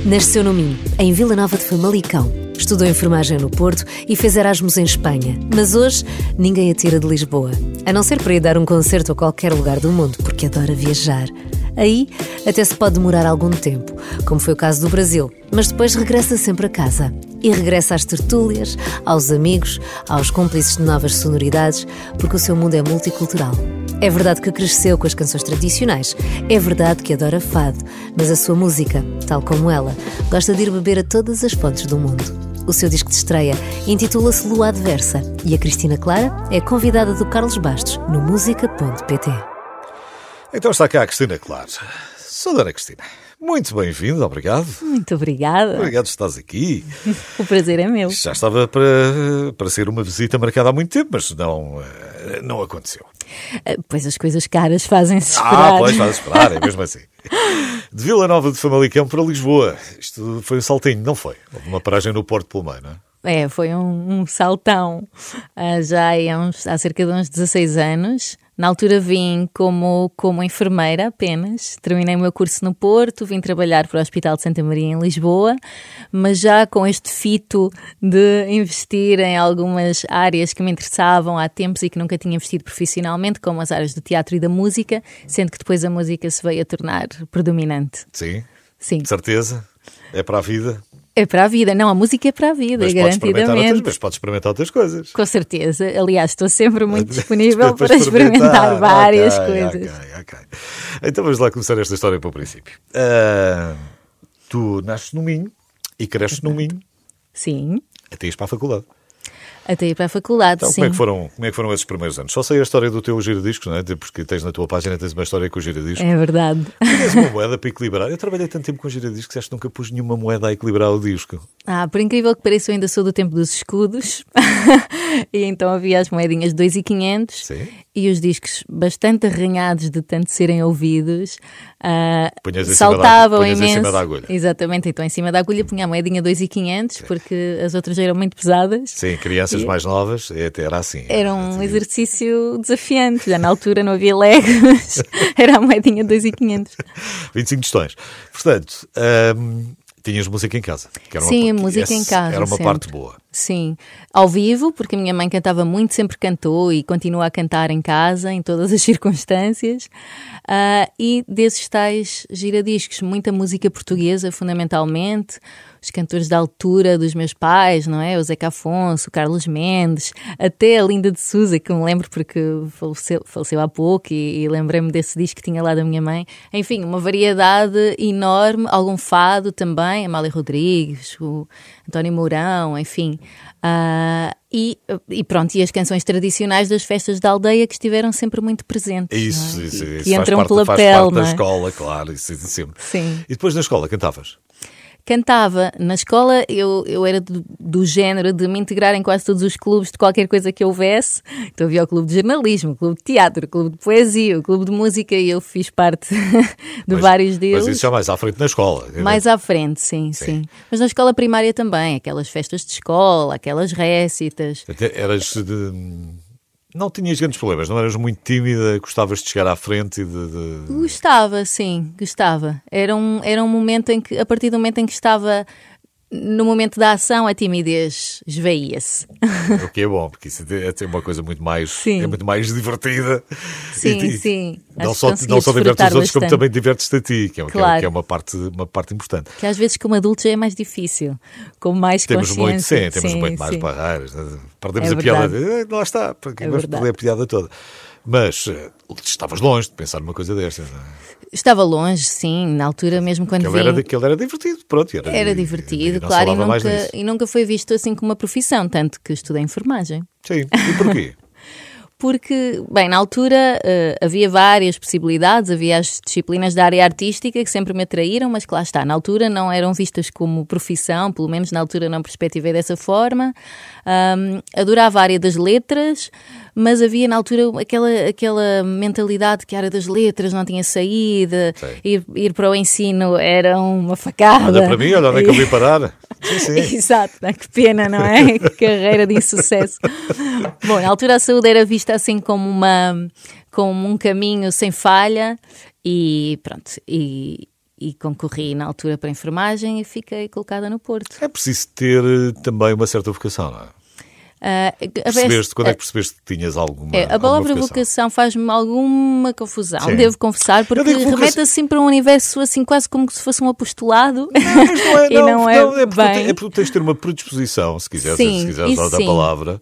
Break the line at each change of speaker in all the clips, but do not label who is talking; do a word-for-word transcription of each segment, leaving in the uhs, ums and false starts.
Nasceu no Minho, em Vila Nova de Famalicão. Estudou enfermagem no Porto e fez Erasmus em Espanha. Mas hoje, ninguém a tira de Lisboa. A não ser para ir dar um concerto a qualquer lugar do mundo, porque adora viajar. Aí, até se pode demorar algum tempo, como foi o caso do Brasil. Mas depois regressa sempre a casa. E regressa às tertúlias, aos amigos, aos cúmplices de novas sonoridades, porque o seu mundo é multicultural. É verdade que cresceu com as canções tradicionais, é verdade que adora fado, mas a sua música, tal como ela, gosta de ir beber a todas as fontes do mundo. O seu disco de estreia intitula-se Lua Adversa e a Cristina Clara é convidada do Carlos Bastos no música ponto pt.
Então está cá a Cristina Clara. Sou Dona Cristina. Muito bem-vindo, obrigado.
Muito obrigada.
Obrigado por estás aqui.
O prazer é meu.
Já estava para, para ser uma visita marcada há muito tempo, mas não, não aconteceu.
Pois as coisas caras fazem-se esperar.
Ah, pois, faz esperar, é mesmo assim. De Vila Nova de Famalicão para Lisboa. Isto foi um saltinho, não foi? Houve uma paragem no Porto pelo meio, não é?
É, foi um, um saltão. Uh, já há, uns, há cerca de uns dezasseis anos. Na altura vim como, como enfermeira apenas. Terminei o meu curso no Porto, vim trabalhar para o Hospital de Santa Maria em Lisboa, mas já com este fito de investir em algumas áreas que me interessavam há tempos e que nunca tinha investido profissionalmente, como as áreas do teatro e da música, sendo que depois a música se veio a tornar predominante.
Sim?
Sim.
De certeza? É para a vida?
É para a vida, não, a música é para a vida,
mas
garantidamente.
Outras, mas podes experimentar outras coisas.
Com certeza, aliás, estou sempre muito disponível para experimentar, experimentar várias okay, coisas.
Ok, ok. Então vamos lá começar esta história para o princípio. Uh, tu nasces no Minho e cresces no Minho.
Sim.
Até ires para a faculdade.
Até ir para a faculdade,
então,
sim.
Como é, que foram, como é que foram esses primeiros anos? Só sei a história do teu giradiscos, não é? Porque tens na tua página tens uma história com o giradiscos.
É verdade.
Tens uma moeda para equilibrar. Eu trabalhei tanto tempo com giradiscos que acho que nunca pus nenhuma moeda a equilibrar o disco.
Ah, por incrível que pareça, eu ainda sou do tempo dos escudos. E então havia as moedinhas de dois e quinhentos.
Sim.
E os discos bastante arranhados de tanto serem ouvidos. Uh,
saltavam
da, imenso.
Em cima da agulha.
Exatamente, então em cima da agulha punha a moedinha dois e quinhentos, porque as outras eram muito pesadas.
Sim, crianças e mais novas, até era assim.
Era um era exercício desafiante, já na altura não havia legos, era a moedinha dois e quinhentos.
vinte e cinco tostões. Portanto, hum, tinhas música em casa. Que era
Sim,
uma,
música em casa.
Era uma
sempre.
parte boa.
Sim, ao vivo, porque a minha mãe cantava muito, sempre cantou e continua a cantar em casa, em todas as circunstâncias. Uh, e desses tais giradiscos, muita música portuguesa, fundamentalmente. Os cantores da altura dos meus pais, não é? O Zeca Afonso, o Carlos Mendes, até a Linda de Sousa, que me lembro porque faleceu, faleceu há pouco e, e lembrei-me desse disco que tinha lá da minha mãe. Enfim, uma variedade enorme, algum fado também, Amália Rodrigues, o António Mourão, enfim. Uh, e, e pronto, e as canções tradicionais das festas da aldeia que estiveram sempre muito presentes.
Isso,
é?
isso,
e,
isso
que entram
faz parte,
pela
faz
pele,
parte
não é?
da escola, claro, isso, isso sempre.
Sim.
E depois na escola cantavas?
Cantava. Na escola eu, eu era do, do género de me integrar em quase todos os clubes de qualquer coisa que houvesse. Então havia o clube de jornalismo, o clube de teatro, o clube de poesia, o clube de música e eu fiz parte de
mas,
vários deles.
Mas isso já mais à frente na escola.
Mais à frente, sim, sim, sim. Mas na escola primária também, aquelas festas de escola, aquelas récitas.
Até eras de... Não tinhas grandes problemas, não eras muito tímida, gostavas de chegar à frente e de... de...
Gostava, sim, gostava. Era um, era um momento em que, a partir do momento em que estava no momento da ação, a timidez esvaía-se.
O que é bom, porque isso é uma coisa muito mais,
sim.
é muito mais divertida.
Sim,
e,
sim.
Não só, não só divertes os outros, como também divertes-te a ti, que é,
claro.
que é uma, parte, uma parte importante.
Que às vezes como adulto já é mais difícil, com mais
temos
consciência.
Muito, sim, temos
sim,
muito mais
sim.
barreiras. Perdemos
é
a piada. Lá está, porque
é
vamos perder a piada toda. Mas uh, estavas longe de pensar numa coisa destas, não é?
Estava longe, sim, na altura mesmo quando
que
vim...
Era, que ele era divertido, pronto. Era,
era
e,
divertido,
e, e
claro, e nunca, e nunca foi visto assim como uma profissão, tanto que estudei enfermagem.
Sim, e porquê?
Porque, bem, na altura uh, havia várias possibilidades, havia as disciplinas da área artística que sempre me atraíram, mas que lá está, na altura não eram vistas como profissão, pelo menos na altura não perspectivei dessa forma. Um, adorava a área das letras, mas havia na altura aquela, aquela mentalidade que a área das letras não tinha saída, ir, ir para o ensino era uma facada.
Olha para mim, olha onde é que eu vim parar. Sim, sim.
Exato, que pena, não é? Que carreira de insucesso. Bom, na altura a saúde era vista assim como, uma, como um caminho sem falha e pronto, e... e concorri na altura para a enfermagem e fiquei colocada no Porto.
É preciso ter uh, também uma certa vocação, não é?
Uh,
percebeste, quando é que percebeste que tinhas alguma
é, A palavra
vocação,
vocação faz-me alguma confusão,
Sim.
devo confessar, porque
vocação...
remete assim para um universo assim quase como se fosse um apostolado.
Não, mas não é,
e
não,
não é,
não, é, porque,
bem...
é porque tens de ter uma predisposição, se quiseres,
sim,
se quiseres usar a palavra,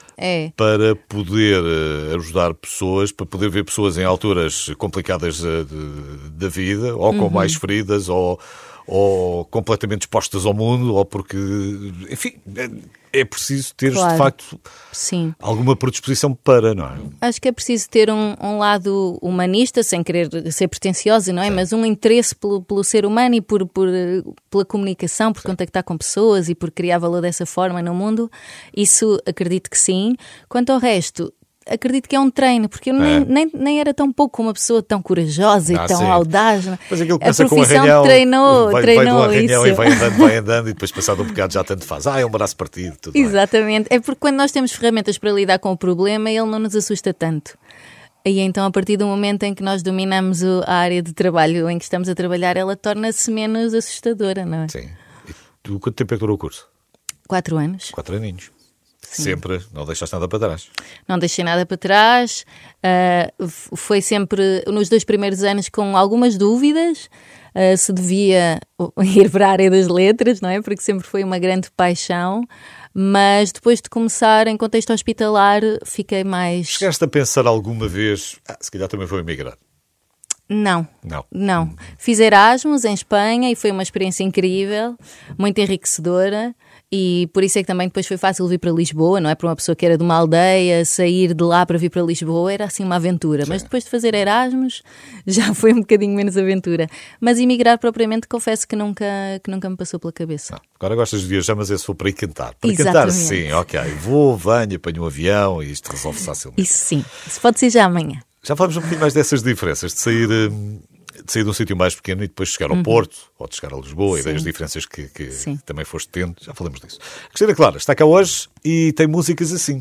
é.
para poder uh, ajudar pessoas, para poder ver pessoas em alturas complicadas uh, de, da vida, ou com uhum. mais feridas, ou, ou completamente expostas ao mundo, ou porque, enfim... É, é preciso ter, claro. de facto,
Sim.
alguma predisposição para, não é?
Acho que é preciso ter um, um lado humanista, sem querer ser pretenciosa, não é? Sim. Mas um interesse pelo, pelo ser humano e por, por, pela comunicação, por sim. contactar com pessoas e por criar valor dessa forma no mundo. Isso acredito que sim. Quanto ao resto... acredito que é um treino, porque eu nem, é. nem, nem era tão pouco uma pessoa tão corajosa
ah,
e tão
sim.
audaz.
Mas aquilo
a
começa
profissão
com um arranhão,
treinou,
vai,
treinou
vai do arranhão
isso.
E vai andando, vai andando e depois passado um bocado já tanto faz. Ah, é um braço partido. Tudo
Exatamente. Bem. É porque quando nós temos ferramentas para lidar com o problema, ele não nos assusta tanto. E então, a partir do momento em que nós dominamos a área de trabalho em que estamos a trabalhar, ela torna-se menos assustadora, não é?
Sim. E tu, quanto tempo é que durou o curso?
Quatro anos.
Quatro aninhos.
Sim.
Sempre, não deixaste nada para trás.
Não deixei nada para trás. Uh, foi sempre, nos dois primeiros anos, com algumas dúvidas uh, se devia ir para a área das letras, não é? Porque sempre foi uma grande paixão. Mas depois de começar em contexto hospitalar, fiquei mais...
Chegaste a pensar alguma vez, ah, se calhar também vou emigrar?
Não,
não,
não. Fiz Erasmus em Espanha e foi uma experiência incrível, muito enriquecedora. E por isso é que também depois foi fácil vir para Lisboa, não é? Para uma pessoa que era de uma aldeia, sair de lá para vir para Lisboa era assim uma aventura. Sim. Mas depois de fazer Erasmus já foi um bocadinho menos aventura. Mas emigrar propriamente confesso que nunca, que nunca me passou pela cabeça.
Não. Agora gostas de viajar, mas é só para ir cantar. Para
Exatamente.
Cantar sim, ok. Vou, venho, apanho um avião e isto resolve facilmente.
Isso sim, isso pode ser já amanhã.
Já falamos um bocadinho mais dessas diferenças, de sair... Hum... de sair de um sítio mais pequeno e depois chegar ao uhum. Porto ou de chegar a Lisboa Sim. e das diferenças que, que também foste tendo, já falamos disso. Cristina Clara está cá hoje e tem músicas assim.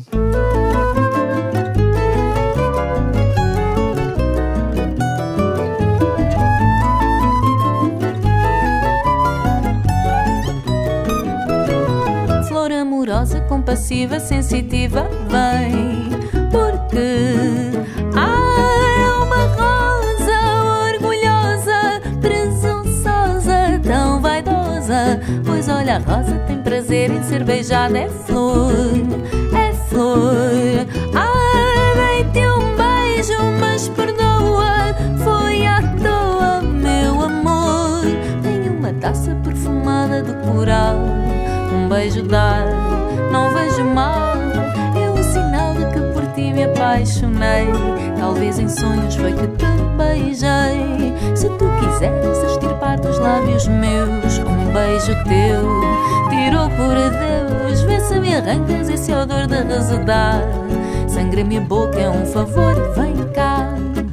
Flor amorosa, compassiva, sensitiva, vem porque há uma rosa orgulhosa, presunçosa, tão vaidosa. Pois olha, a rosa tem prazer em ser beijada. É flor, é flor. Ah, dei-te um beijo, mas perdoa, foi à toa, meu amor. Tenho uma taça perfumada de coral, um beijo dar, não vejo mal. É um sinal de que por ti me apaixonei. Talvez em sonhos foi que te beijei. Se tu quiseres extirpar dos lábios meus um beijo teu, tirou por Deus, vê se me arrancas esse odor de resedar. Sangra-me a boca, é um favor, vem cá.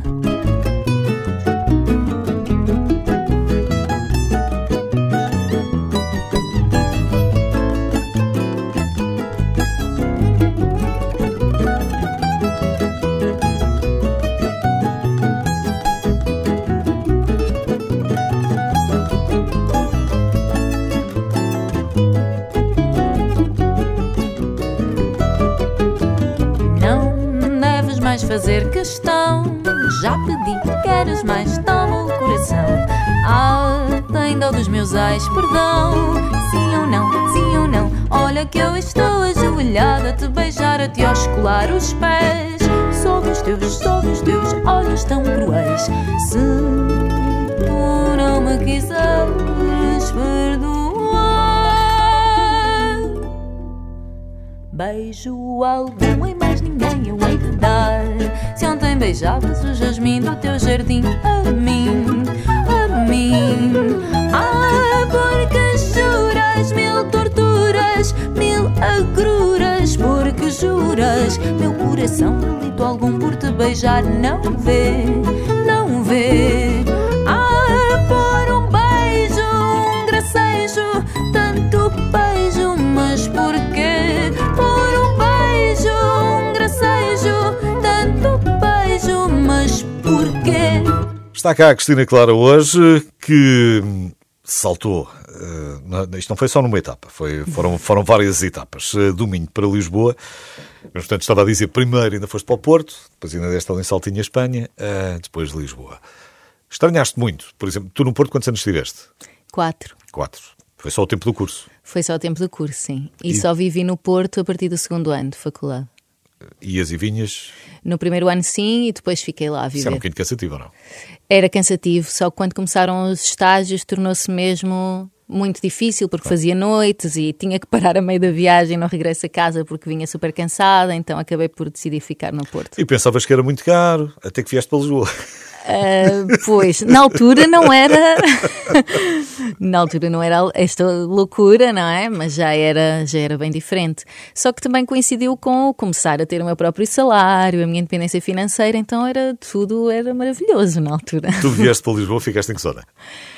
Fazer questão, já pedi, queres mais, toma o coração. Ah, tem dó dos meus ais, perdão. Sim ou não, sim ou não, olha que eu estou ajoelhada a te beijar, a te oscular os pés. Sob os teus, sob os teus olhos tão cruéis. Se tu não me quiseres perdoar, beijo algum e mais ninguém eu hei de dar. Se ontem beijavas o jasmim do teu jardim, a mim, a mim. Ah, porque juras mil torturas, mil agruras, porque juras meu coração delito algum por te beijar. Não vê, não vê. Ah, por um beijo, um gracejo, tanto beijo, mas porquê? Por um beijo, um gracejo, tanto beijo, mas porquê?
Está cá a Cristina Clara hoje, que saltou, uh, isto não foi só numa etapa, foi, foram, foram várias etapas, uh, do Minho para Lisboa, mas portanto estava a dizer, primeiro ainda foste para o Porto, depois ainda deste ali em Saltinha, Espanha, uh, depois de Lisboa. Estranhaste muito, por exemplo, tu no Porto quantos anos estiveste?
Quatro.
Quatro. Foi só o tempo do curso?
Foi só o tempo do curso, sim. E,
E-
só vivi no Porto a partir do segundo ano de faculdade.
Ias e vinhas?
No primeiro ano sim, e depois fiquei lá a
Isso
viver.
era um bocadinho cansativo, ou não?
Era cansativo, só que quando começaram os estágios tornou-se mesmo muito difícil, porque fazia noites e tinha que parar a meio da viagem, não regresso a casa porque vinha super cansada, então acabei por decidir ficar no Porto.
E pensavas que era muito caro, até que vieste para Lisboa.
Ah, pois, na altura não era na altura não era esta loucura, não é? Mas já era, já era bem diferente. Só que também coincidiu com começar a ter o meu próprio salário, a minha independência financeira, então era tudo era maravilhoso na altura.
Tu vieste para Lisboa, ficaste em que zona?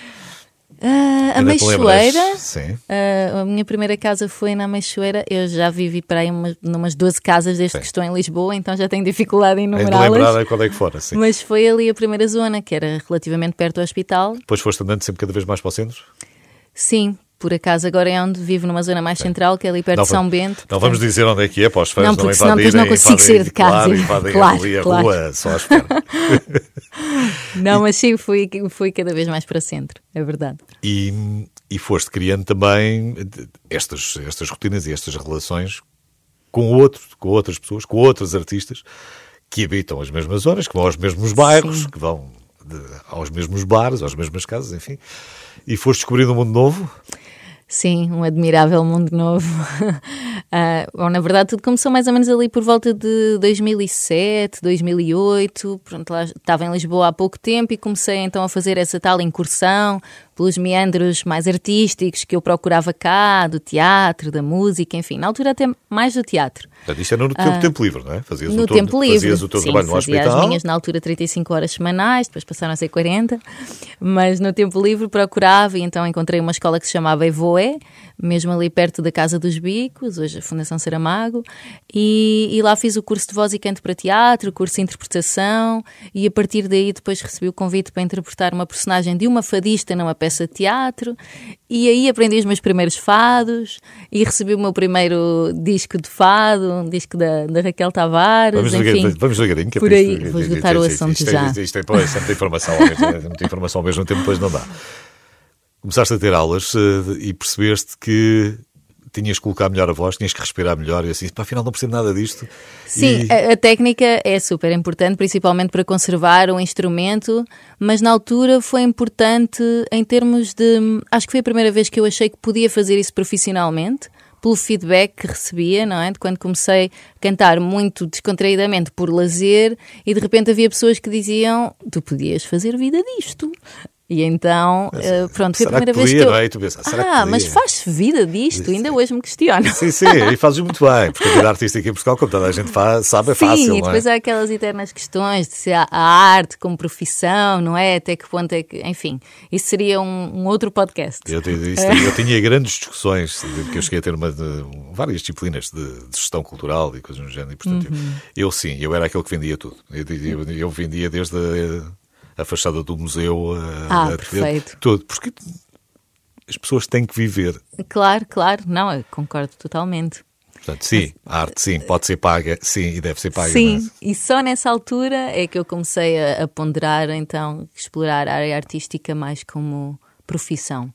Ah, a
Ainda te lembras?
Meixoeira,
Sim.
ah, a minha primeira casa foi na Meixoeira. Eu já vivi para aí umas, numas doze casas desde
Sim.
que estou em Lisboa, então já tenho dificuldade em
Ainda
enumerá-las.
lembrar qual é que fora, sim.
Mas foi ali a primeira zona, que era relativamente perto do hospital.
Depois foste andando sempre cada vez mais para o centro?
Sim, por acaso agora é onde vivo, numa zona mais central, que é ali perto
Não
de São
va-
Bento.
Não vamos dizer onde é que é, para os fãs
Não,
não,
porque senão
invadirem.
depois não consigo
invadem-
sair de casa.
Claro, invadem
Claro,
ali a
claro.
rua, só à espera.
Não, mas sim, fui, fui cada vez mais para centro, é verdade.
E, e foste criando também estas, estas rotinas e estas relações com, outro, com outras pessoas, com outros artistas que habitam as mesmas zonas, que vão aos mesmos bairros,
Sim.
que vão de- aos mesmos bares, às mesmas casas, enfim. E foste descobrindo um mundo novo.
Sim, um admirável mundo novo. Ah, bom, na verdade, tudo começou mais ou menos ali por volta de dois mil e sete, dois mil e oito. Pronto, lá estava em Lisboa há pouco tempo e comecei então a fazer essa tal incursão pelos meandros mais artísticos que eu procurava cá, do teatro, da música, enfim. Na altura até mais do teatro.
Portanto, isto era no teu tempo livre, não é? Fazias
No
o teu,
tempo livre.
Fazias o teu
Sim,
trabalho no
fazia
hospital.
as minhas na altura trinta e cinco horas semanais, depois passaram a ser quarenta, mas no tempo livre procurava e então encontrei uma escola que se chamava Evoé, mesmo ali perto da Casa dos Bicos, hoje a Fundação Saramago, e, e lá fiz o curso de voz e canto para teatro, o curso de interpretação, e a partir daí depois recebi o convite para interpretar uma personagem de uma fadista numa peça de teatro, e aí aprendi os meus primeiros fados e recebi o meu primeiro disco de fado, um disco da, da Raquel Tavares,
Vamos,
enfim.
devagarinho, vamos devagarinho, que é
por
para
aí,
isto-
vou
isto-
esgotar
isto-
o
isto-
assunto
isto é-
já.
Isto é, pois, muita informação ao mesmo, muita informação ao mesmo tempo, depois não dá. Começaste a ter aulas eh, e percebeste que tinhas que colocar melhor a voz, tinhas que respirar melhor e assim, pá, afinal não percebo nada disto.
Sim,
E-
a, a técnica é super importante, principalmente para conservar o instrumento, mas na altura foi importante em termos de... Acho que foi a primeira vez que eu achei que podia fazer isso profissionalmente, pelo feedback que recebia, não é? De quando comecei a cantar muito descontraídamente por lazer e de repente havia pessoas que diziam, tu podias fazer vida disto. E então, eh, pronto, foi a
será
primeira
que
vez
podia,
que eu...
não é? E tu pensas, será que
ah,
podia?
mas faz-se vida disto? Ainda hoje me questiono.
Sim, sim, e fazes muito bem, porque a vida artística em Portugal, como toda a gente faz, sabe, é
Sim,
fácil,
e
não é?
depois há aquelas eternas questões de se a a arte como profissão, não é? Até que ponto é que... Enfim, isso seria um, um outro podcast.
Eu, te- isso- eu tinha grandes discussões, de- que eu cheguei a ter uma de- várias disciplinas de, de gestão cultural e coisas do género, e portanto,
Uhum.
eu, eu sim, eu era aquele que vendia tudo. Eu, eu, eu vendia desde a, a fachada do museu, a,
Ah,
a-
perfeito.
tudo, porque as pessoas têm que viver.
Claro, claro. Não, eu concordo totalmente.
Portanto, sim, a arte sim, pode ser paga, sim, e deve ser paga.
Sim,
não é?
e só nessa altura é que eu comecei a, a ponderar, então, explorar a área artística mais como profissão.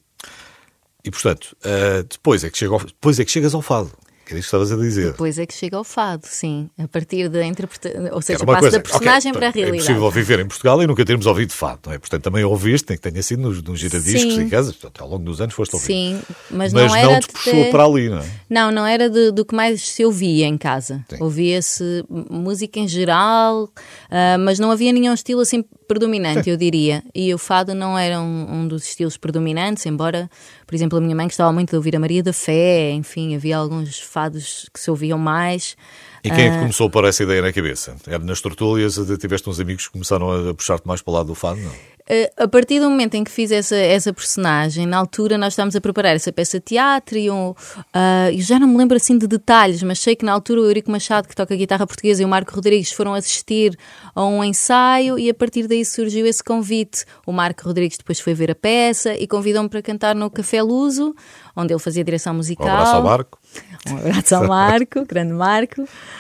E portanto, ah, depois, é que chega ao- depois é que chegas ao fado, que é isso que estavas a dizer.
Depois é que chega ao fado, sim. A partir da interpretação, ou seja,
Era uma
passa
coisa,
da personagem
ok,
para a
É
realidade.
possível viver em Portugal e nunca termos ouvido fado, não é? Portanto, também ouviste, nem que tenha sido nos, nos giradiscos
Sim.
em casa, portanto, ao longo dos anos foste ouvir.
Sim, mas,
Mas
não era
te
de
puxou
ter-
para ali, não é?
Não, não era de- do que mais se ouvia em casa.
Sim.
Ouvia-se música em geral, ah, mas não havia nenhum estilo assim predominante, eu diria. E o fado não era um, um dos estilos predominantes, embora, por exemplo, a minha mãe gostava muito de ouvir a Maria da Fé, enfim, havia alguns fados que se ouviam mais.
E quem é que começou a pôr essa ideia na cabeça? Era nas tertúlias, tiveste uns amigos que começaram a puxar-te mais para o lado do fado, não?
Uh, a partir do momento em que fiz essa, essa personagem, na altura nós estávamos a preparar essa peça de teatro e um, uh, eu já não me lembro assim de detalhes, mas sei que na altura o Eurico Machado, que toca guitarra portuguesa, e o Marco Rodrigues foram assistir a um ensaio e a partir daí surgiu esse convite. O Marco Rodrigues depois foi ver a peça e convidou-me para cantar no Café Luso, onde ele fazia direção musical.
Um abraço ao Marco.
Um abraço ao Marco, grande Marco.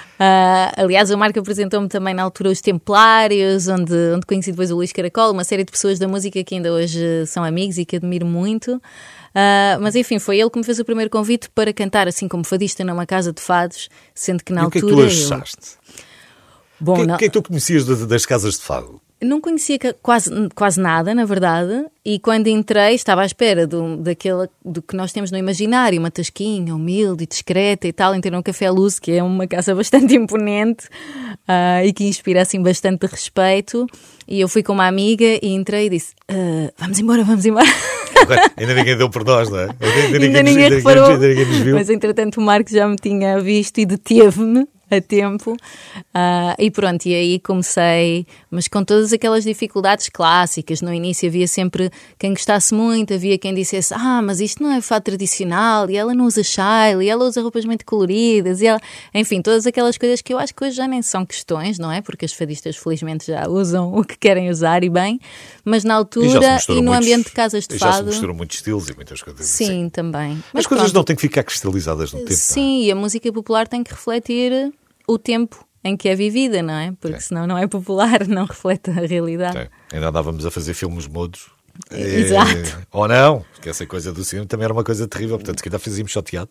Uh, aliás, o Marco apresentou-me também na altura os Templários, onde, onde conheci depois o Luís Caracol, uma série de pessoas da música que ainda hoje são amigos e que admiro muito. Uh, mas enfim, foi ele que me fez o primeiro convite para cantar assim como fadista numa casa de fados, sendo que na
e
altura...
o que é que tu achaste?
Eu... Bom,
o que,
não...
que é que tu conhecias de, das casas de fado?
Não conhecia quase, quase nada, na verdade, e quando entrei estava à espera do, daquele, do que nós temos no imaginário, uma tasquinha humilde e discreta e tal. Entrei num Café Luz, que é uma casa bastante imponente uh, e que inspira assim bastante respeito, e eu fui com uma amiga e entrei e disse, uh, vamos embora, vamos embora.
Ainda ninguém deu por nós, não é? Ainda,
ainda
ninguém,
ninguém
nos,
reparou,
ainda ninguém nos viu.
Mas entretanto o Marco já me tinha visto e deteve-me a tempo, uh, e pronto, e aí comecei, mas com todas aquelas dificuldades clássicas. No início havia sempre quem gostasse muito, havia quem dissesse, ah, mas isto não é fado tradicional, e ela não usa chile, e ela usa roupas muito coloridas, e ela... enfim, todas aquelas coisas que eu acho que hoje já nem são questões, não é? Porque as fadistas felizmente já usam o que querem usar e bem, mas na altura e, e no
muitos,
ambiente de casas de
e
fado...
já se misturam muitos estilos e muitas coisas.
Sim, assim. Também.
Mas as coisas pronto, não têm que ficar cristalizadas no tempo.
Sim, e a música popular tem que refletir o tempo em que é vivida, não é? Porque sim, senão não é popular, não reflete a realidade.
Sim. Ainda andávamos a fazer filmes mudos.
Exato.
E... ou não, porque essa coisa do cinema também era uma coisa terrível, portanto, se calhar fazíamos só teatro.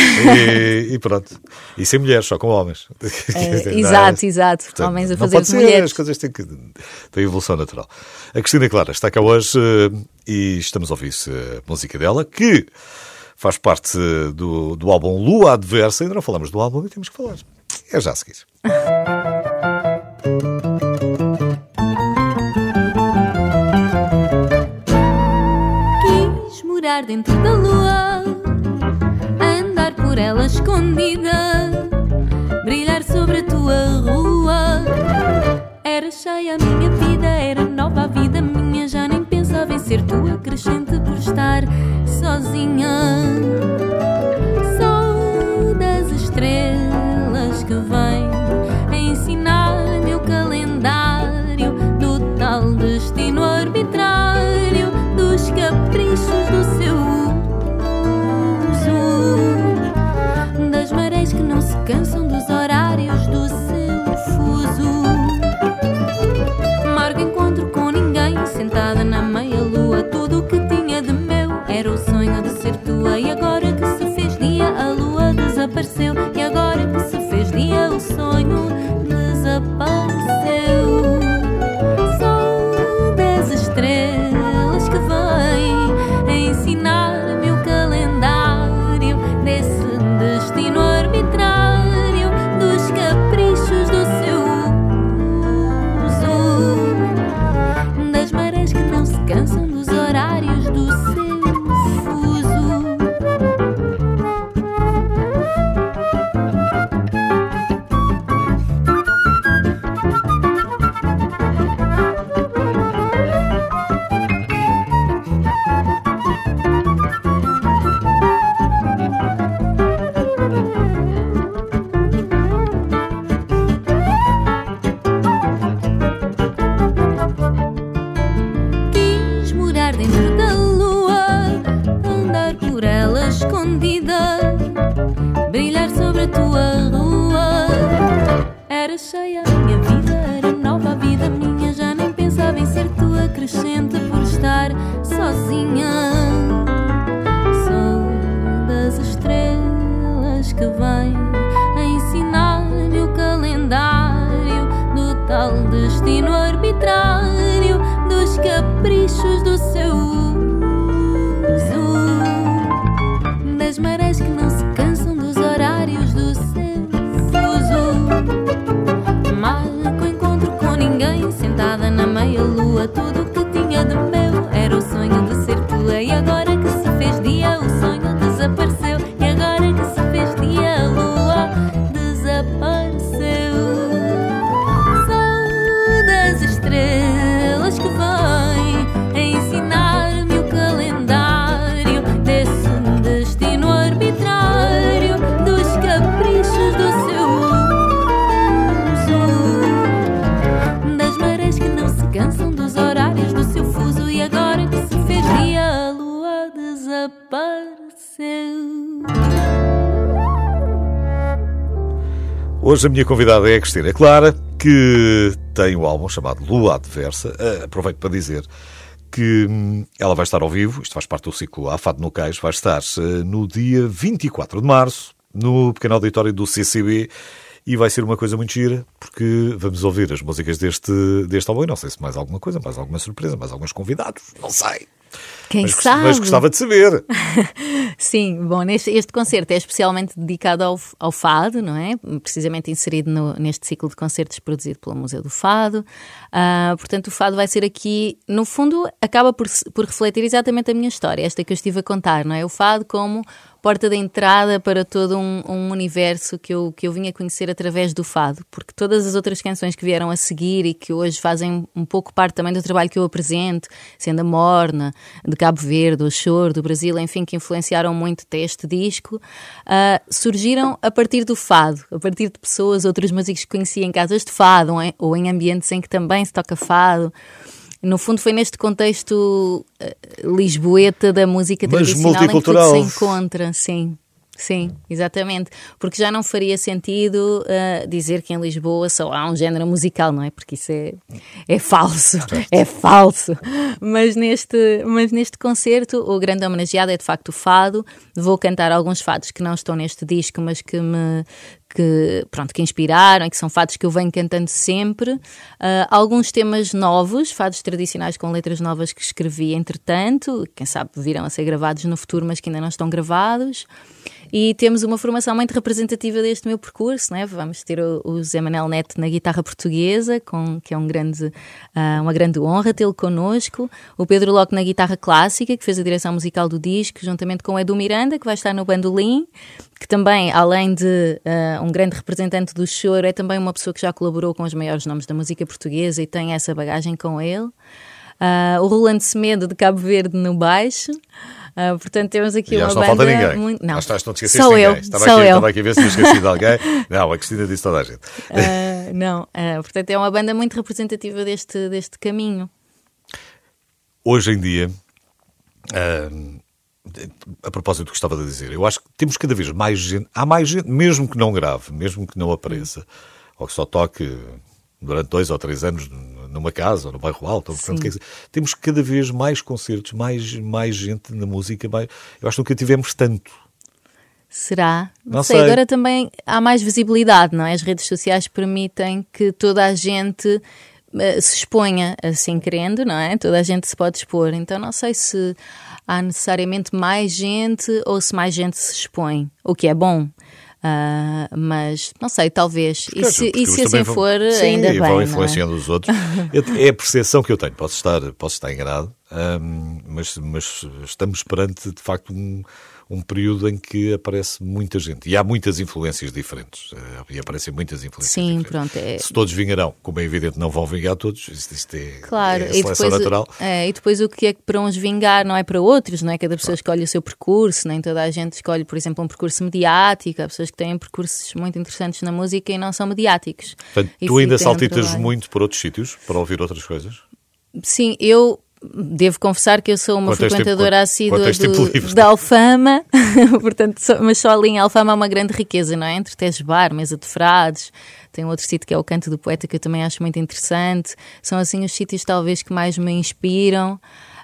e, e pronto. E sem mulheres, só com homens.
É, exato, exato. Portanto, homens a fazer de mulheres.
As coisas têm que têm evolução natural. A Cristina Clara está cá hoje e estamos a ouvir a música dela, que faz parte do, do álbum Lua Adversa. Ainda não falamos do álbum e temos que falar. É já a seguir.
Quis morar dentro da lua, andar por ela escondida, brilhar sobre a tua rua. Era cheia a minha vida, era nova a vida minha. Já nem pensava em ser tua crescente por estar sozinha. Sou das estrelas que vem a ensinar-me o calendário do tal destino arbitrário, dos caprichos do seu uso, das marés que não se cansam, dos horários do seu fuso. Marco encontro com ninguém, sentada na meia-lua. Tudo o que tinha de meu era o sonho de ser tua desapareceu.
Hoje a minha convidada é a Cristina Clara, que tem um álbum chamado Lua Adversa. Uh, aproveito para dizer que hum, ela vai estar ao vivo, isto faz parte do ciclo A Fado no Cais, vai estar uh, no dia vinte e quatro de março, no pequeno auditório do C C B, e vai ser uma coisa muito gira, porque vamos ouvir as músicas deste, deste álbum, e não sei se mais alguma coisa, mais alguma surpresa, mais alguns convidados, não sei.
Quem
mas,
sabe?
Mas gostava de saber.
Sim, bom, neste, este concerto é especialmente dedicado ao, ao fado, não é? Precisamente inserido no, neste ciclo de concertos produzido pelo Museu do Fado. Uh, portanto, o fado vai ser aqui, no fundo, acaba por, por refletir exatamente a minha história, esta que eu estive a contar, não é? O fado como porta de entrada para todo um, um universo que eu, que eu vim a conhecer através do fado, porque todas as outras canções que vieram a seguir e que hoje fazem um pouco parte também do trabalho que eu apresento, sendo a Morna, de Cabo Verde, o Choro, do Brasil, enfim, que influenciaram muito até este disco, uh, surgiram a partir do fado, a partir de pessoas, outros músicos que conheci em casas de fado ou em, ou em ambientes em que também se toca fado. No fundo foi neste contexto uh, lisboeta da música
Mas
tradicional em que tudo
multicultural.
se encontra, sim. Sim, exatamente, porque já não faria sentido uh, dizer que em Lisboa só há um género musical, não é? Porque isso é, é falso, é falso. Mas neste, mas neste concerto o grande homenageado é de facto o fado. Vou cantar alguns fados que não estão neste disco, mas que me... Que, pronto, que inspiraram e que são fados que eu venho cantando sempre. Uh, alguns temas novos, fados tradicionais com letras novas que escrevi entretanto, quem sabe virão a ser gravados no futuro, mas que ainda não estão gravados. E temos uma formação muito representativa deste meu percurso, né? Vamos ter o, o Zé Manel Neto na guitarra portuguesa, com, que é um grande, uh, uma grande honra tê-lo connosco. O Pedro Locke na guitarra clássica, que fez a direção musical do disco, juntamente com o Edu Miranda, que vai estar no bandolim, que também, além de uh, um grande representante do choro, é também uma pessoa que já colaborou com os maiores nomes da música portuguesa e tem essa bagagem com ele. Uh, o Rolando Semedo, de Cabo Verde, no baixo. Uh, portanto, temos aqui
E
uma
não
banda
falta ninguém.
muito... Não,
não, estás, não te esqueceste
sou
de ninguém.
eu,
Estava,
sou
aqui,
eu.
estava aqui a ver se me esqueci de alguém. Não, a Cristina disse toda a gente.
Uh, não, uh, portanto, é uma banda muito representativa deste, deste caminho.
Hoje em dia, uh, a propósito do que estava a dizer, eu acho que temos cada vez mais gente, há mais gente, mesmo que não grave, mesmo que não apareça, hum. ou que só toque durante dois ou três anos numa casa ou no bairro alto, ou, portanto, quer dizer, temos cada vez mais concertos, mais, mais gente na música, mais, eu acho que nunca tivemos tanto.
Será? Não,
não
sei.
sei,
agora também há mais visibilidade, não é? As redes sociais permitem que toda a gente uh, se exponha, assim querendo, não é? Toda a gente se pode expor, então não sei se há necessariamente mais gente ou se mais gente se expõe, o que é bom. Uh, mas não sei, talvez.
Porque,
e se, e se assim
vão,
for,
sim,
ainda bem.
Vão
não
influenciando
é?
os outros. É a percepção que eu tenho. Posso estar, posso estar enganado, um, mas, mas estamos perante, de facto, um, um período em que aparece muita gente. E há muitas influências diferentes. Uh, e aparecem muitas influências
Sim,
diferentes.
pronto. É...
Se todos vingarão, como é evidente, não vão vingar todos. Isto, isto é,
claro.
é a seleção
e depois,
natural.
É, e depois o que é que para uns vingar não é para outros, não é? Cada pessoa escolhe o seu percurso, nem toda a gente escolhe, por exemplo, um percurso mediático. Há pessoas que têm percursos muito interessantes na música e não são mediáticos.
Portanto,
e
tu ainda
têm um
saltitas
trabalho.
muito por outros sítios para ouvir outras coisas?
Sim, eu devo confessar que eu sou uma
Quanto
frequentadora assídua
do,
da Alfama, portanto, só, mas só ali em Alfama há uma grande riqueza, não é? Entre Tejo Bar, Mesa de Frades, tem outro sítio que é o Canto do Poeta, que eu também acho muito interessante. São assim os sítios talvez que mais me inspiram,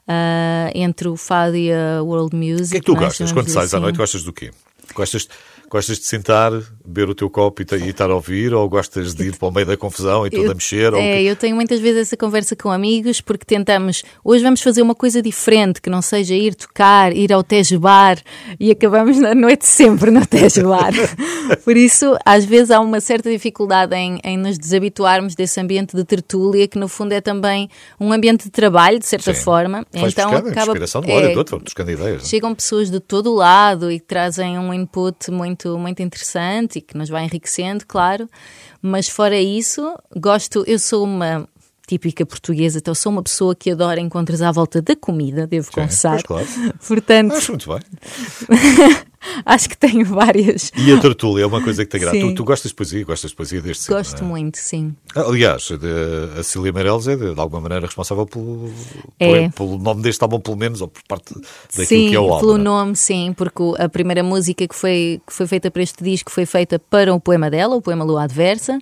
uh, entre o fado e a world music.
O que é que tu
não é?
gostas? Quando sais
assim.
à noite, gostas do quê? Gostas, gostas de sentar, beber o teu copo e, te, e estar a ouvir, ou gostas de ir para o meio da confusão e tudo
eu,
a mexer? Ou
é, eu tenho muitas vezes essa conversa com amigos, porque tentamos, hoje vamos fazer uma coisa diferente, que não seja ir tocar, ir ao Tejo Bar, e acabamos na noite sempre no Tejo Bar. Por isso, às vezes há uma certa dificuldade em, em nos desabituarmos desse ambiente de tertúlia, que no fundo é também um ambiente de trabalho, de certa
Sim.
forma.
Faz
então
buscar,
acaba,
inspiração de
é,
hora todo, buscando ideias.
Chegam pessoas de todo o lado e que trazem um input muito muito interessante e que nos vai enriquecendo, claro, mas fora isso, gosto, eu sou uma típica portuguesa, então sou uma pessoa que adora encontros à volta da comida, devo
Sim,
confessar.
claro.
Portanto,
acho muito bem.
Acho que tenho várias.
E a tertúlia é uma coisa que te agrada. Tu,
Sim.
tu gostas de poesia, gostas de poesia desde sempre,
Gosto
não é?
muito, sim.
Aliás, de- a Cília Meireles é de, de alguma maneira responsável pelo,
É.
pelo, pelo nome deste álbum, pelo menos, ou por parte daquilo
Sim,
que é o álbum.
pelo
não é?
nome, sim, porque o- a primeira música que foi, que foi feita para este disco foi feita para o poema dela, o poema Lua Adversa.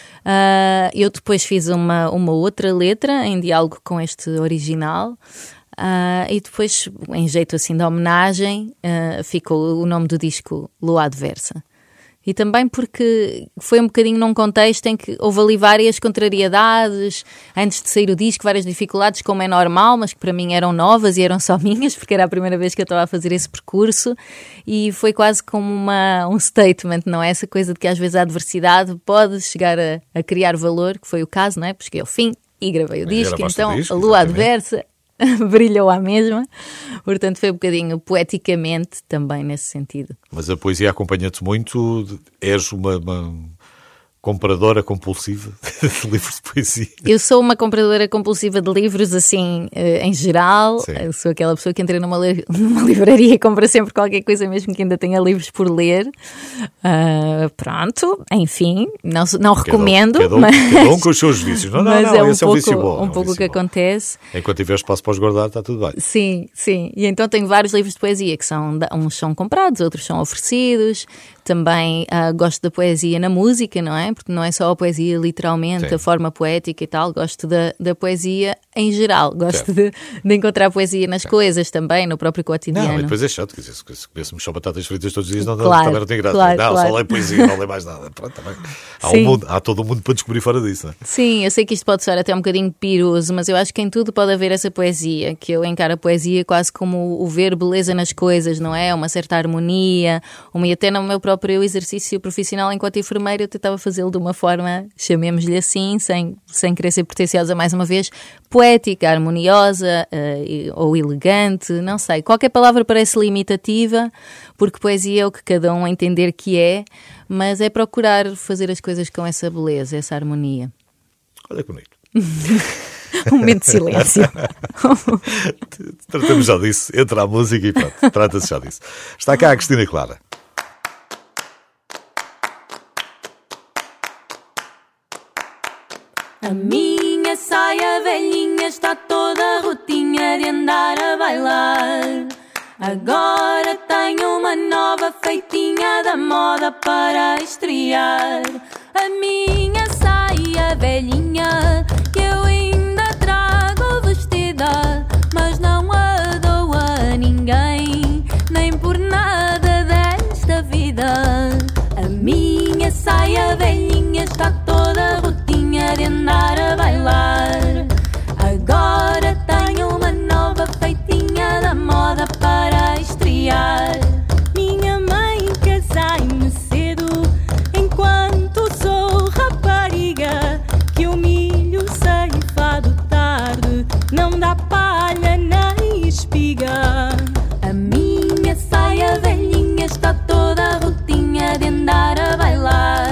Ah, eu depois fiz uma, uma outra letra em diálogo com este original. Ah, e depois, em jeito assim de homenagem, ah, ficou o nome do disco Lua Adversa. E também porque foi um bocadinho num contexto em que houve ali várias contrariedades, antes de sair o disco, várias dificuldades, como é normal, mas que para mim eram novas e eram só minhas, porque era a primeira vez que eu estava a fazer esse percurso, e foi quase como uma, um statement, não é? Essa coisa de que às vezes a adversidade pode chegar a, a criar valor, que foi o caso, não é? Porque cheguei ao fim e gravei o
E
disco,
gravaste o
então
disco,
a Lua
exatamente.
Adversa brilhou à mesma, portanto foi um bocadinho poeticamente também nesse sentido.
Mas a poesia acompanha-te muito. És uma, uma compradora compulsiva de livros de poesia.
Eu sou uma compradora compulsiva de livros, assim, eh, em geral.
Sim.
Eu sou aquela pessoa que entra numa, li- numa livraria e compra sempre qualquer coisa, mesmo que ainda tenha livros por ler. Ah, pronto, enfim, não, se- não recomendo,
Cada um,
mas,
cada um com os seus vícios. Não, não,
mas
não,
é um
esse é um
pouco,
vício bom. é
um pouco o
vício
que
bom.
acontece.
Enquanto tiver espaço para os guardar, está tudo bem.
Sim, sim. E então tenho vários livros de poesia que são, da- uns são comprados, outros são oferecidos. Também ah, gosto da poesia na música, não é? Porque não é só a poesia literalmente,
Sim.
a forma poética e tal. Gosto da, da poesia em geral. Gosto de, de encontrar poesia nas coisas também, no próprio cotidiano.
Não, e depois é chato, quer dizer, se se comesse só batatas fritas todos os dias, não, não,
Claro,
também não tem graça.
claro,
não,
claro.
só lê poesia, não lê mais nada. Pronto, também. Há, um
Sim.
mundo, há todo um mundo para descobrir fora disso. Não é?
Sim, eu sei que isto pode soar até um bocadinho piroso, mas eu acho que em tudo pode haver essa poesia, que eu encaro a poesia quase como o ver beleza nas coisas, não é? Uma certa harmonia, uma, e até no meu próprio exercício profissional enquanto enfermeira eu tentava fazê-lo de uma forma, chamemos-lhe assim, sem, sem querer ser pretenciosa mais uma vez, poética, harmoniosa eh, e- ou elegante, não sei. Qualquer palavra parece limitativa, porque poesia é o que cada um entender que é, mas é procurar fazer as coisas com essa beleza, essa harmonia.
Olha que bonito.
Um momento de silêncio.
Tratamos já disso. Entra a música e pronto. Trata-se já disso. Está cá a Cristina Clara.
A minha saia velhinha está toda rotinha de andar a bailar. Agora tenho uma nova feitinha da moda para estrear. A minha saia velhinha que eu ainda trago vestida, mas não a dou a ninguém, nem por nada desta vida. A minha saia velhinha está toda rotinha de andar a bailar. Agora tenho uma nova feitinha da moda para estrear. Minha mãe casai-me cedo, enquanto sou rapariga, que o milho ceifado tarde não dá palha nem espiga. A minha saia velhinha está toda rotinha de andar a bailar.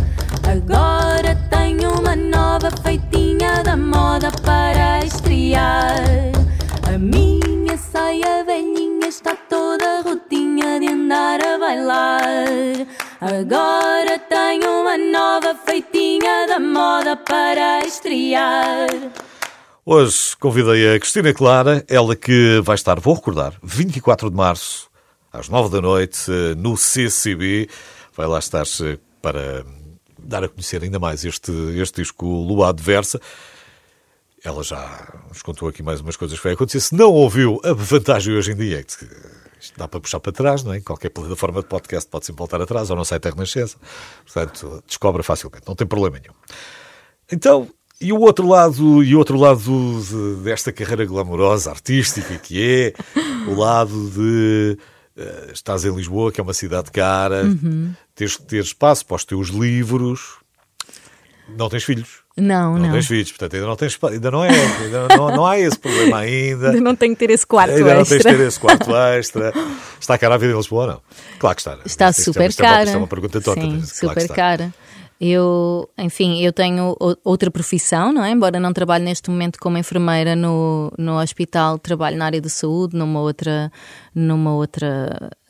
Agora tenho uma nova feitinha da moda para estrear. A minha saia velhinha está toda rotinha de andar a bailar. Agora tenho uma nova feitinha da moda para estrear.
Hoje convidei a Cristina Clara, ela que vai estar, vou recordar, vinte e quatro de março, às nove da noite, no C C B. Vai lá estar para dar a conhecer ainda mais este, este disco Lua Adversa. Ela já nos contou aqui mais umas coisas que vai acontecer. Se não ouviu, a vantagem hoje em dia é que isto dá para puxar para trás, não é? Qualquer plataforma de podcast pode sempre voltar atrás, ou no site da Renascença. Portanto, descobre facilmente, não tem problema nenhum. Então, e o outro lado, e o outro lado de, desta carreira glamourosa, artística, que é o lado de uh, estás em Lisboa, que é uma cidade cara,
Uhum.
tens que ter espaço para os teus livros, não tens filhos.
Não,
Não,
não.
tens filhos, portanto ainda não tens espaço, ainda não é, ainda não, não há esse problema ainda.
Ainda não tenho que ter esse quarto
Ainda não tens
extra.
de ter esse quarto extra. Está cara a vida em Lisboa ou não? Claro que está.
Está
Isto é-
super
isto é uma-
cara.
Isto é uma pergunta tonta.
Sim,
mas claro que
super
está.
cara. Eu, enfim, eu tenho o- outra profissão, não é? Embora não trabalhe neste momento como enfermeira no, no hospital, trabalho na área de saúde, numa outra, numa outra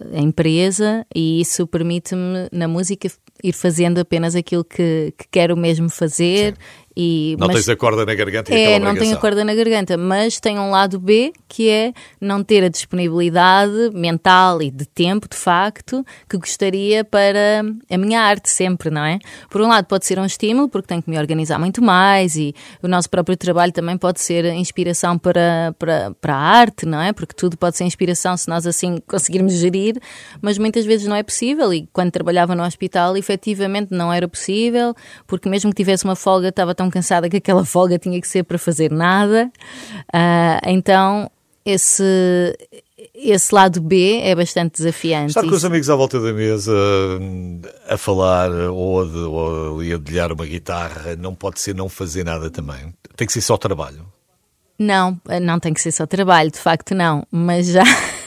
a empresa, e isso permite-me, na música, ir fazendo apenas aquilo que, que quero mesmo fazer. E,
não
mas,
tens a corda na garganta e
é,
aquela
não tenho a corda na garganta, mas tenho um lado B, que é não ter a disponibilidade mental e de tempo, de facto, que gostaria para a minha arte sempre, não é? Por um lado pode ser um estímulo, porque tenho que me organizar muito mais, e o nosso próprio trabalho também pode ser inspiração para, para, para a arte, não é? Porque tudo pode ser inspiração se nós assim conseguirmos gerir, mas muitas vezes não é possível, e quando trabalhava no hospital efetivamente não era possível, porque mesmo que tivesse uma folga estava tão cansada que aquela folga tinha que ser para fazer nada. Uh, então esse, esse lado B é bastante desafiante.
Estar com os amigos à volta da mesa a falar ou a, de, ou a dedilhar uma guitarra não pode ser não fazer nada também. Tem que ser só trabalho.
Não, não tem que ser só trabalho, de facto não, mas já,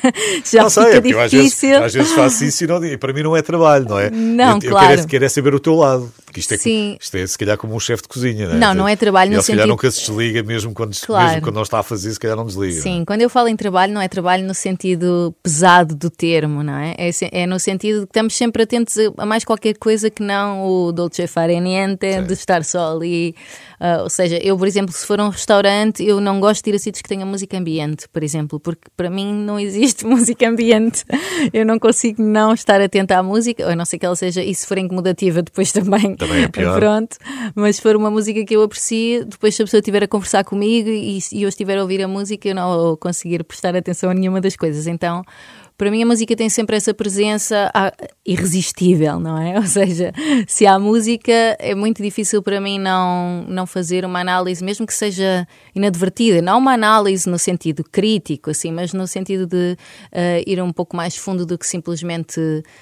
já
não
fica
sei,
difícil.
Às vezes, às vezes faço isso e, não, e para mim não é trabalho, não é?
Não,
eu,
claro.
Eu quero, quero é saber o teu lado, porque isto é,
Sim.
isto é se calhar como um chefe de cozinha, não é?
Não, não é trabalho no
ele, se
sentido...
calhar nunca se desliga, mesmo quando,
Claro.
mesmo quando não está a fazer, se calhar não desliga.
Sim,
não é?
quando eu falo em trabalho, não é trabalho no sentido pesado do termo, não é? É, é no sentido de que estamos sempre atentos a mais qualquer coisa que não o dolce fare niente,
Sim.
de estar só ali. Uh, ou seja, eu, por exemplo, se for a um restaurante, eu não gosto de ir a sítios que tenham música ambiente, por exemplo, porque para mim não existe música ambiente. Eu não consigo não estar atenta à música, a não ser que ela seja, e se for incomodativa, depois também,
também é pior.
Pronto. Mas se for uma música que eu aprecio, depois se a pessoa estiver a conversar comigo e, e eu estiver a ouvir a música, eu não vou conseguir prestar atenção a nenhuma das coisas. Então, para mim a música tem sempre essa presença irresistível, não é? Ou seja, se há música, é muito difícil para mim não, não fazer uma análise, mesmo que seja inadvertida, não uma análise no sentido crítico, assim, mas no sentido de uh, ir um pouco mais fundo do que simplesmente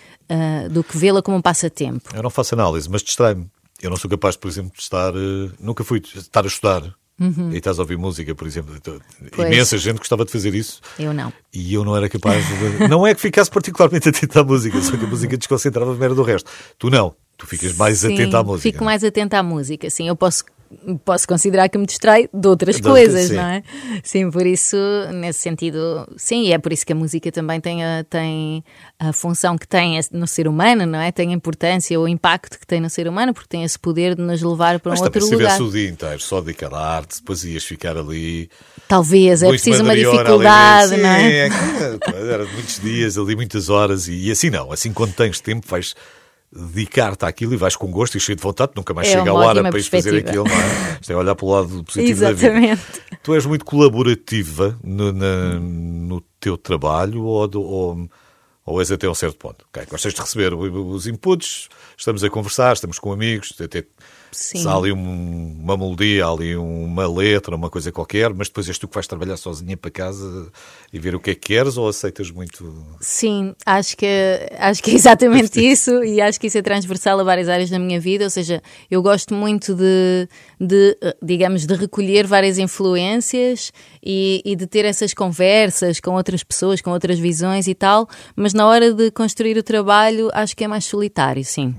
uh, do que vê-la como um passatempo.
Eu não faço análise, mas distrai-me. Eu não sou capaz, por exemplo, de estar... Uh, nunca fui estar a estudar. Uhum. E estás a ouvir música, por exemplo. Pois. Imensa gente gostava de fazer isso.
Eu não.
E eu não era capaz de... Não é que ficasse particularmente atento à música, só que a música desconcentrava-me era do resto. Tu não. Tu ficas mais
sim,
atento à música.
Fico mais atenta à música, sim. Eu posso... Posso considerar que me distrai de outras de coisas,
sim.
não é? Sim, por isso, nesse sentido, sim, e é por isso que a música também tem a, tem a função que tem no ser humano, não é? Tem a importância, o impacto que tem no ser humano, porque tem esse poder de nos levar para
Mas
um outro
lugar. Mas
lugar.
se tivesse o dia inteiro só dedicado à arte, depois ias ficar ali...
Talvez, é preciso uma dificuldade,
ali,
não é?
Sim, é, era muitos dias ali, muitas horas, e, e assim não, assim quando tens tempo vais... dedicar-te àquilo e vais com gosto e cheio de vontade, nunca mais
é
chega a hora para ir fazer
perspectiva.
aquilo, não é? Isto é olhar para o lado positivo
Exatamente.
da vida. Tu és muito colaborativa no, na, no teu trabalho ou, ou, ou és até a um certo ponto? Okay, gostas de receber os inputs, estamos a conversar, estamos com amigos, até se há ali um, uma melodia, há ali uma letra, uma coisa qualquer, mas depois és tu que vais trabalhar sozinha para casa e ver o que é que queres ou aceitas muito?
Sim, acho que, acho que é exatamente isso e acho que isso é transversal a várias áreas da minha vida, ou seja, eu gosto muito de, de digamos, de recolher várias influências e, e de ter essas conversas com outras pessoas, com outras visões e tal, mas na hora de construir o trabalho acho que é mais solitário, sim.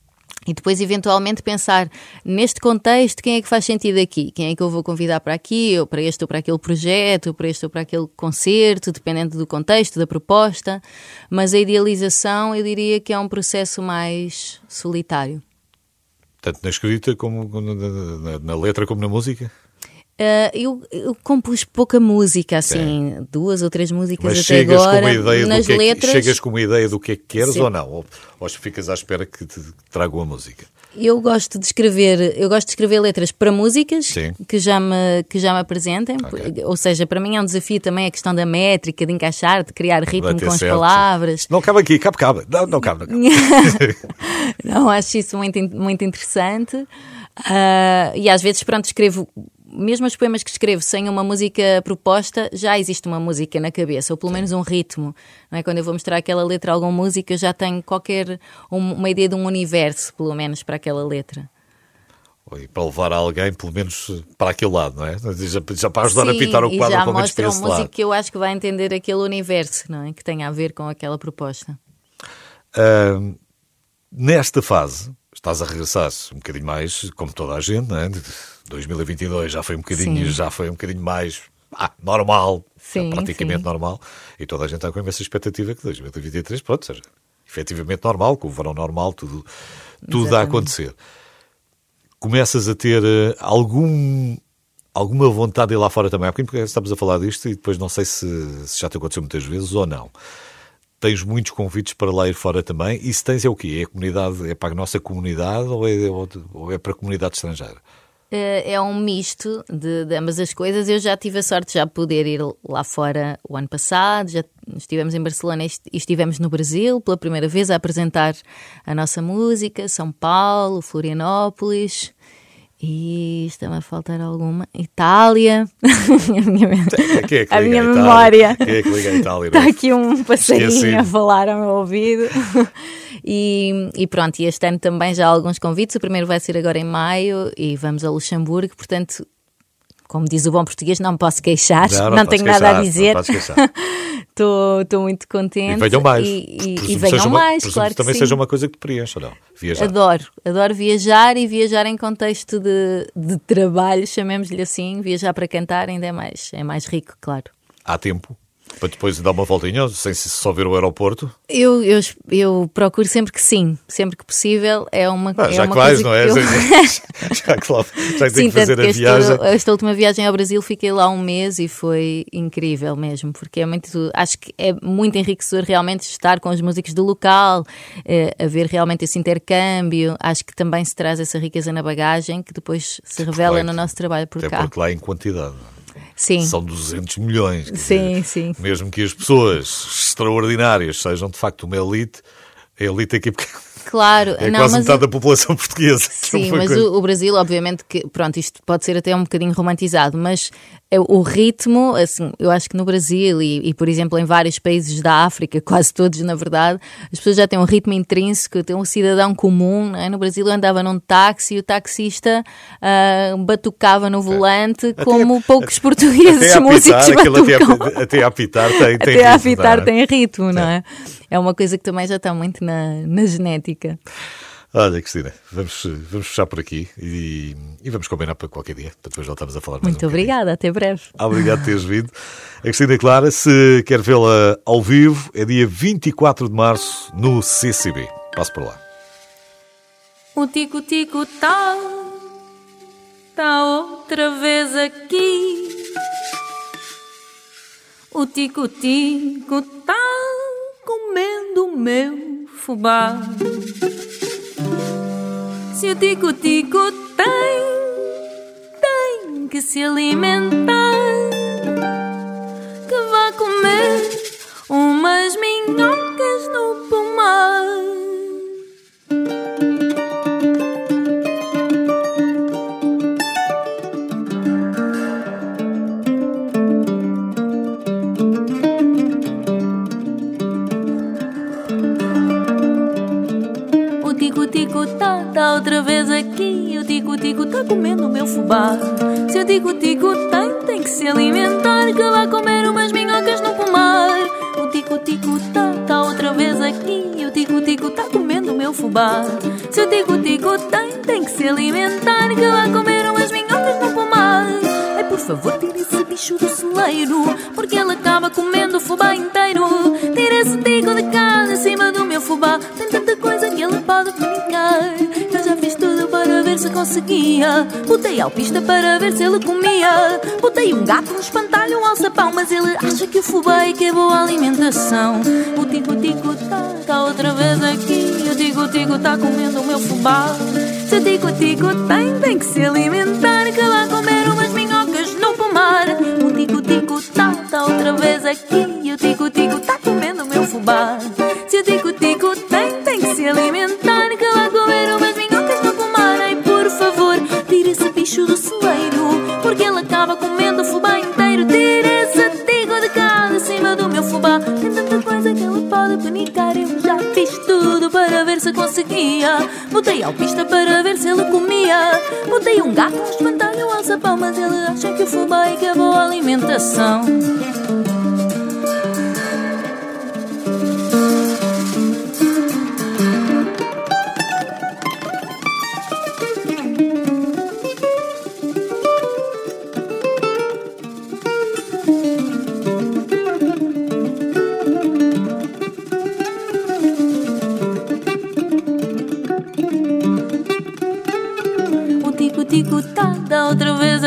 E depois, eventualmente, pensar neste contexto, quem é que faz sentido aqui? Quem é que eu vou convidar para aqui, ou para este ou para aquele projeto, ou para este ou para aquele concerto, dependendo do contexto, da proposta. Mas a idealização, eu diria que é um processo mais solitário.
Tanto na escrita, como na, na, na letra, como na música?
Uh, eu, eu compus pouca música, assim, é. duas ou três músicas
Mas
até
chegas
agora.
Com uma ideia
nas
do que é que,
letras,
chegas com uma ideia do que é que queres
sim.
ou não? Ou, ou ficas à espera que te tragam a música?
Eu gosto de escrever, eu gosto de escrever letras para músicas que já, me, que já me apresentem, okay. Ou seja, para mim é um desafio também a questão da métrica, de encaixar, de criar ritmo com as certo. palavras.
Não cabe aqui, cabe, cabe. Não, não cabe, não cabe.
Não, acho isso muito, muito interessante. Uh, e às vezes, pronto, escrevo... Mesmo os poemas que escrevo sem uma música proposta, já existe uma música na cabeça, ou pelo menos um ritmo. Não é? Quando eu vou mostrar aquela letra a alguma música, já tenho qualquer um, uma ideia de um universo, pelo menos, para aquela letra.
E para levar alguém, pelo menos, para aquele lado, não é? Já, já para ajudar Sim, a pintar o quadro, pelo menos para esse lado.
já mostra uma música que eu acho que vai entender aquele universo, não é? Que tem a ver com aquela proposta.
Uh, nesta fase, estás a regressar-se um bocadinho mais, como toda a gente, não é? dois mil e vinte e dois já foi um bocadinho, já foi um bocadinho mais, ah, normal,
Sim,
praticamente
sim.
normal, e toda a gente está com essa expectativa que dois mil e vinte e três, pronto, seja efetivamente normal, com o verão normal, tudo, tudo a acontecer. Começas a ter uh, algum, alguma vontade de ir lá fora também, porque estamos a falar disto e depois não sei se, se já te aconteceu muitas vezes ou não. Tens muitos convites para lá ir fora também, e se tens é o quê? É a comunidade, é para a nossa comunidade ou é, ou é para a comunidade estrangeira?
É um misto de, de ambas as coisas. Eu já tive a sorte de já poder ir lá fora o ano passado, já estivemos em Barcelona e estivemos no Brasil pela primeira vez a apresentar a nossa música, São Paulo, Florianópolis e está-me a faltar alguma, Itália. a minha,
Quem é que
a
liga
minha
a
memória.
Quem é que liga a Itália?
Está aqui um passarinho
Esqueci.
a falar ao meu ouvido. E, e pronto, e este ano também já há alguns convites. O primeiro vai ser agora em maio e vamos a Luxemburgo. Portanto, como diz o bom português, não me posso queixar,
Não,
não,
não
tenho
podes
nada
queixar,
a dizer.
não podes queixar.
Estou muito contente.
E venham mais.
E, e,
Presumo
e
que
venham
seja uma-
mais,
presumo
claro
que
que
também
sim.
seja uma coisa que te preenche, ou não? Viajar.
Adoro, adoro viajar e viajar em contexto de, de trabalho, chamemos-lhe assim. Viajar para cantar ainda é mais, é mais rico, claro.
Há tempo para depois dar uma voltinha, sem só ver o aeroporto?
Eu, eu, eu procuro sempre que sim, sempre que possível. É uma,
Ah,
é
já
uma
que vais,
coisa
não é?
que eu...
já que lá, já que
Sim,
tenho que fazer
tanto que
a
este-
viagem.
esta última viagem ao Brasil fiquei lá um mês e foi incrível mesmo, porque é muito, acho que é muito enriquecedor realmente estar com os músicos do local, eh, haver realmente esse intercâmbio. Acho que também se traz essa riqueza na bagagem que depois se revela
Claro.
no nosso trabalho por
Até
cá.
porque lá em quantidade.
Sim,
São duzentos milhões. quer
sim,
dizer,
sim.
Mesmo que as pessoas extraordinárias sejam de facto uma elite, a elite aqui
Claro.
é
Não,
quase
mas
metade da população portuguesa. que é
Sim,
uma
mas
coisa-
o, o Brasil, obviamente, que pronto, isto pode ser até um bocadinho romantizado, mas é, o ritmo, assim, eu acho que no Brasil e, e, por exemplo, em vários países da África, quase todos, na verdade, as pessoas já têm um ritmo intrínseco, têm um cidadão comum, não é? No Brasil eu andava num táxi e o taxista ah, batucava no volante como poucos portugueses
até a
músicos
apitar, aquilo até
batucam.
a, até a apitar tem, tem
Até
ritmo,
a apitar
não é?
tem ritmo, não é? É uma coisa que também já está muito na, na genética.
Olha, Cristina, vamos, vamos fechar por aqui e, e vamos combinar para qualquer dia, para depois voltarmos a falar mais
Muito
um bocadinho.
obrigada, até breve.
Obrigado por teres vindo. A Cristina Clara, se quer vê-la ao vivo, é dia vinte e quatro de março no C C B. Passo por lá.
O tico-tico tá, tá outra vez aqui. O tico-tico tá comendo o meu fubá. Se o tico-tico tem, tem que se alimentar, que vá comer umas minhocas no pomar. O tico-tico tá, tá outra vez aqui. O tico-tico tá comendo o meu fubá. Se o tico-tico tem, tem que se alimentar, que vai comer umas minhocas no pomar. O tico-tico tá, tá outra vez aqui. O tico-tico tá comendo o meu fubá. Se o tico-tico tem, tem que se alimentar, que vai comer umas minhocas no pomar. Ai, por favor, tire esse bicho do celeiro, porque ele acaba comendo o fubá inteiro. Tire esse tico de cá de cima do meu fubá. Tem tanta coisa que ele pode brincar. Eu já fiz tudo para ver se conseguia. Botei alpista para ver se ele comia. Botei um gato, um espantalho, um alçapão, mas ele acha que o fubá é que é boa alimentação. O tico-tico tá, tá outra vez aqui. O tico-tico tá comendo o meu fubá. Se o tico-tico tem, tem que se alimentar, que vai comer umas minhocas no pomar. O tico-tico tá, tá outra vez aqui. O tico-tico tá comendo o meu fubá. Se o tico-tico tem, tem que se alimentar, que vai comer umas minhocas no pomar. Ai, por favor, tire esse bicho do celeiro, porque ele acaba comendo o fubá inteiro. Tire esse tico de cá de cima do meu fubá. Tem tanta coisa que ele pode penicar. Eu já fiz tudo para ver se conseguia. Botei alpista para ver se ele comia. Botei um gato, um espantalho, um alçapão, mas ele acha que o fubá é que é boa alimentação.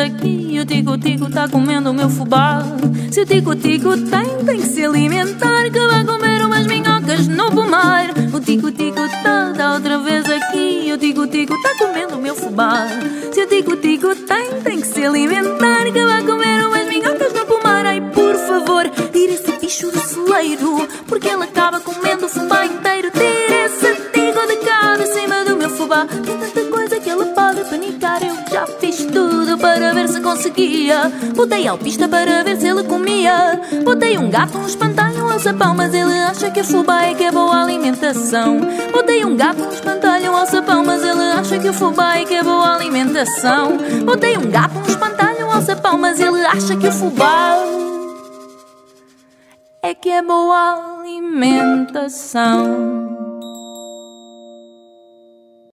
aqui. O tico-tico tá comendo o meu fubá. Se o tico-tico tem, tem que se alimentar, que vai comer umas minhocas no pomar. O tico-tico tá, tá outra vez aqui. O tico-tico tá comendo o meu fubá. Se o tico-tico tem, tem que se alimentar, que vai comer umas minhocas no pomar. Ai, por favor, tira esse bicho do celeiro, porque ele acaba comendo o fubá inteiro. Tira esse tico de cá de cima do meu fubá. Tem tanta coisa que ele pode panicar. Eu já fiz tudo para ver se conseguia. Botei alpista para ver se ele comia. Botei um gato, um espantalho, um alçapão, mas ele acha que o fubá é que é boa alimentação. Botei um gato, um espantalho, um alçapão, mas ele acha que o fubá é que é boa alimentação. Botei um gato, um espantalho, um alçapão, mas ele acha que o fubá é que é boa alimentação.